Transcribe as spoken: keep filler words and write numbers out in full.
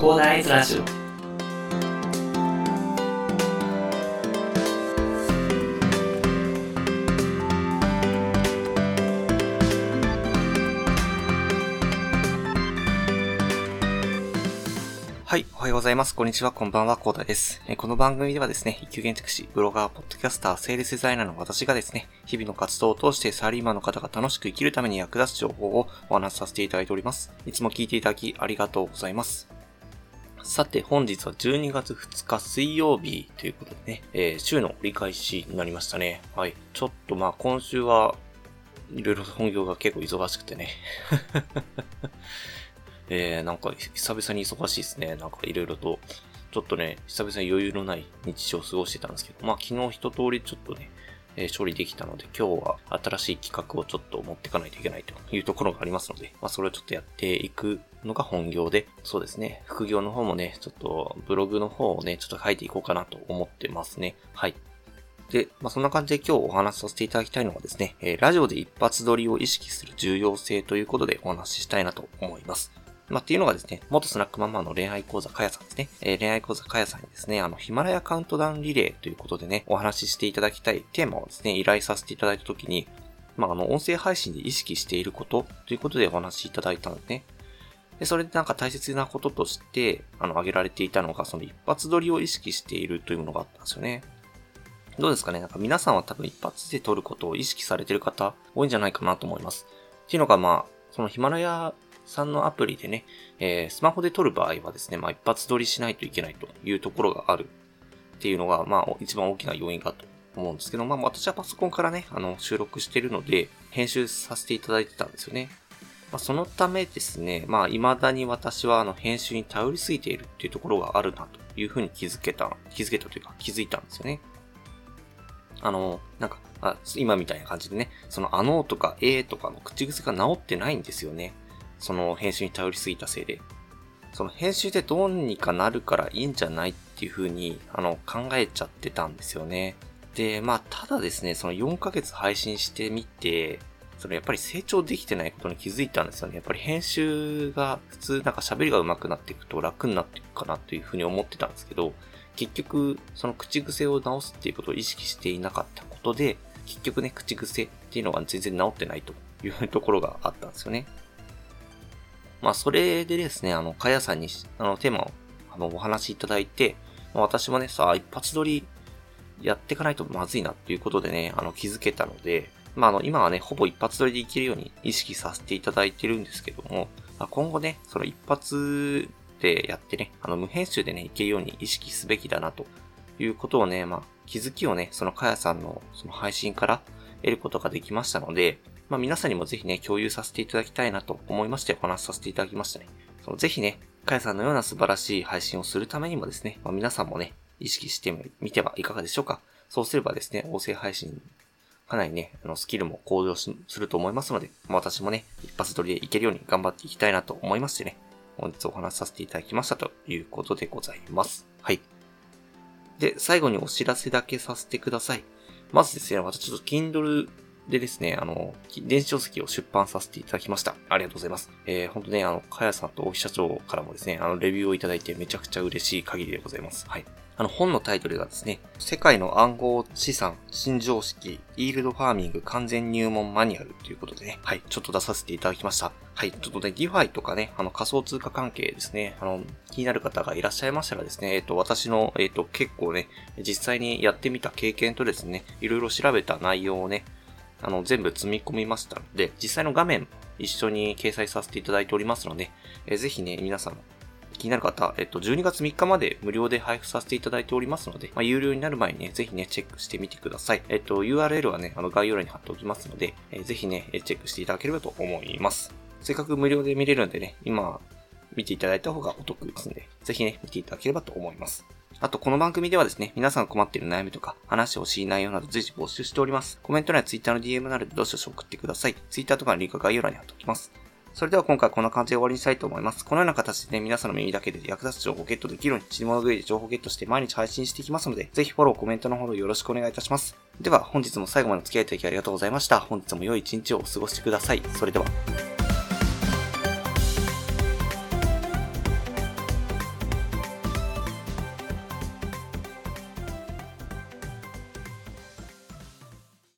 コーダーイズラジオ。 はい、おはようございます。こんにちは、こんばんは、コーダです。えー、この番組ではですね、一級建築士、ブロガー、ポッドキャスター、セールスデザイナーの私がですね、日々の活動を通してサラリーマンの方が楽しく生きるために役立つ情報をお話しさせていただいております。いつも聞いていただきありがとうございます。さて、本日はじゅうにがつふつか水曜日ということでね、えー、週の折り返しになりましたね。はい。ちょっとまあ今週はいろいろ本業が結構忙しくてね。えー、なんか久々に忙しいですね。なんかいろいろと、ちょっとね、久々に余裕のない日常を過ごしてたんですけど、まあ昨日一通りちょっとね、えー、処理できたので、今日は新しい企画をちょっと持っていかないといけないというところがありますので、まあそれをちょっとやっていくのが本業で、そうですね、副業の方もね、ちょっとブログの方をね、ちょっと書いていこうかなと思ってますね。はい。で、まあそんな感じで今日お話しさせていただきたいのはですね、えー、ラジオで一発撮りを意識する重要性ということでお話ししたいなと思います。まあ、っていうのがですね、元スナックママの恋愛講座かやさんですね。えー、恋愛講座かやさんにですね、あの、ヒマラヤカウントダウンリレーということでね、お話ししていただきたいテーマをですね、依頼させていただいたときに、まあ、あの、音声配信で意識していることということでお話しいただいたんですね。で、それでなんか大切なこととして、あの、挙げられていたのが、その一発撮りを意識しているというものがあったんですよね。どうですかね、なんか皆さんは多分一発で撮ることを意識されている方多いんじゃないかなと思います。っていうのがまあ、そのヒマラヤさんのアプリでね、えー、スマホで撮る場合はですね、まあ一発撮りしないといけないというところがあるっていうのが、まあ一番大きな要因かと思うんですけど、まあ私はパソコンからね、あの収録しているので、編集させていただいてたんですよね。まあそのためですね、まあ未だに私はあの編集に頼りすぎているっていうところがあるなというふうに気づけた、気づけたというか気づいたんですよね。あの、なんか、あ今みたいな感じでね、そのあのとかえーとかの口癖が治ってないんですよね。その編集に頼りすぎたせいで。その編集でどうにかなるからいいんじゃないっていう風に、あの、考えちゃってたんですよね。で、まあ、ただですね、そのよんかげつ配信してみて、そのやっぱり成長できてないことに気づいたんですよね。やっぱり編集が普通なんか喋りが上手くなっていくと楽になっていくかなという風に思ってたんですけど、結局、その口癖を直すっていうことを意識していなかったことで、結局ね、口癖っていうのが全然直ってないというところがあったんですよね。まあ、それでですね、あの、かやさんに、あの、テーマを、あの、お話しいただいて、まあ、私もね、さあ、一発撮りやっていかないとまずいなっていうことでね、あの、気づけたので、まあ、あの、今はね、ほぼ一発撮りでいけるように意識させていただいてるんですけども、まあ、今後ね、その一発でやってね、あの、無編集でね、いけるように意識すべきだなということをね、まあ、気づきをね、そのかやさんのその配信から得ることができましたので、まあ皆さんにもぜひね、共有させていただきたいなと思いましてお話しさせていただきましたね。そのぜひね、かやさんのような素晴らしい配信をするためにもですね、まあ、皆さんもね、意識してみてはいかがでしょうか。そうすればですね、音声配信、かなりね、あのスキルも向上すると思いますので、まあ、私もね、一発撮りでいけるように頑張っていきたいなと思いましてね、本日お話しさせていただきましたということでございます。はい。で、最後にお知らせだけさせてください。まずですね、私ちょっと Kindleでですね、あの、電子書籍を出版させていただきました。ありがとうございます。えー、ほんとね、あの、かやさんと大木社長からもですね、あの、レビューをいただいてめちゃくちゃ嬉しい限りでございます。はい。あの、本のタイトルがですね、世界の暗号資産、新常識、イールドファーミング完全入門マニュアルということでね、はい、ちょっと出させていただきました。はい、ちょっとね、ディファイとかね、あの、仮想通貨関係ですね、あの、気になる方がいらっしゃいましたらですね、えっと、私の、えっと、結構ね、実際にやってみた経験とですね、いろいろ調べた内容をね、あの、全部積み込みましたので、実際の画面一緒に掲載させていただいておりますので、えー、ぜひね、皆さん気になる方、えっと、じゅうにがつみっかまで無料で配布させていただいておりますので、まあ、有料になる前にね、ぜひね、チェックしてみてください。えっと、ユーアールエル はね、あの、概要欄に貼っておきますので、えー、ぜひね、チェックしていただければと思います。せっかく無料で見れるんでね、今、見ていただいた方がお得ですので、ぜひね、見ていただければと思います。あと、この番組ではですね、皆さんが困っている悩みとか、話してほしい内容など随時募集しております。コメント欄や Twitter の ディーエム などでどしどし送ってください。Twitter とかのリンクは概要欄に貼っておきます。それでは今回はこんな感じで終わりにしたいと思います。このような形でね、皆さんの耳だけで役立つ情報をゲットできるように、死に物狂いで情報をゲットして毎日配信していきますので、ぜひフォロー、コメントのほどよろしくお願いいたします。では、本日も最後までお付き合いいただきありがとうございました。本日も良い一日をお過ごしください。それでは。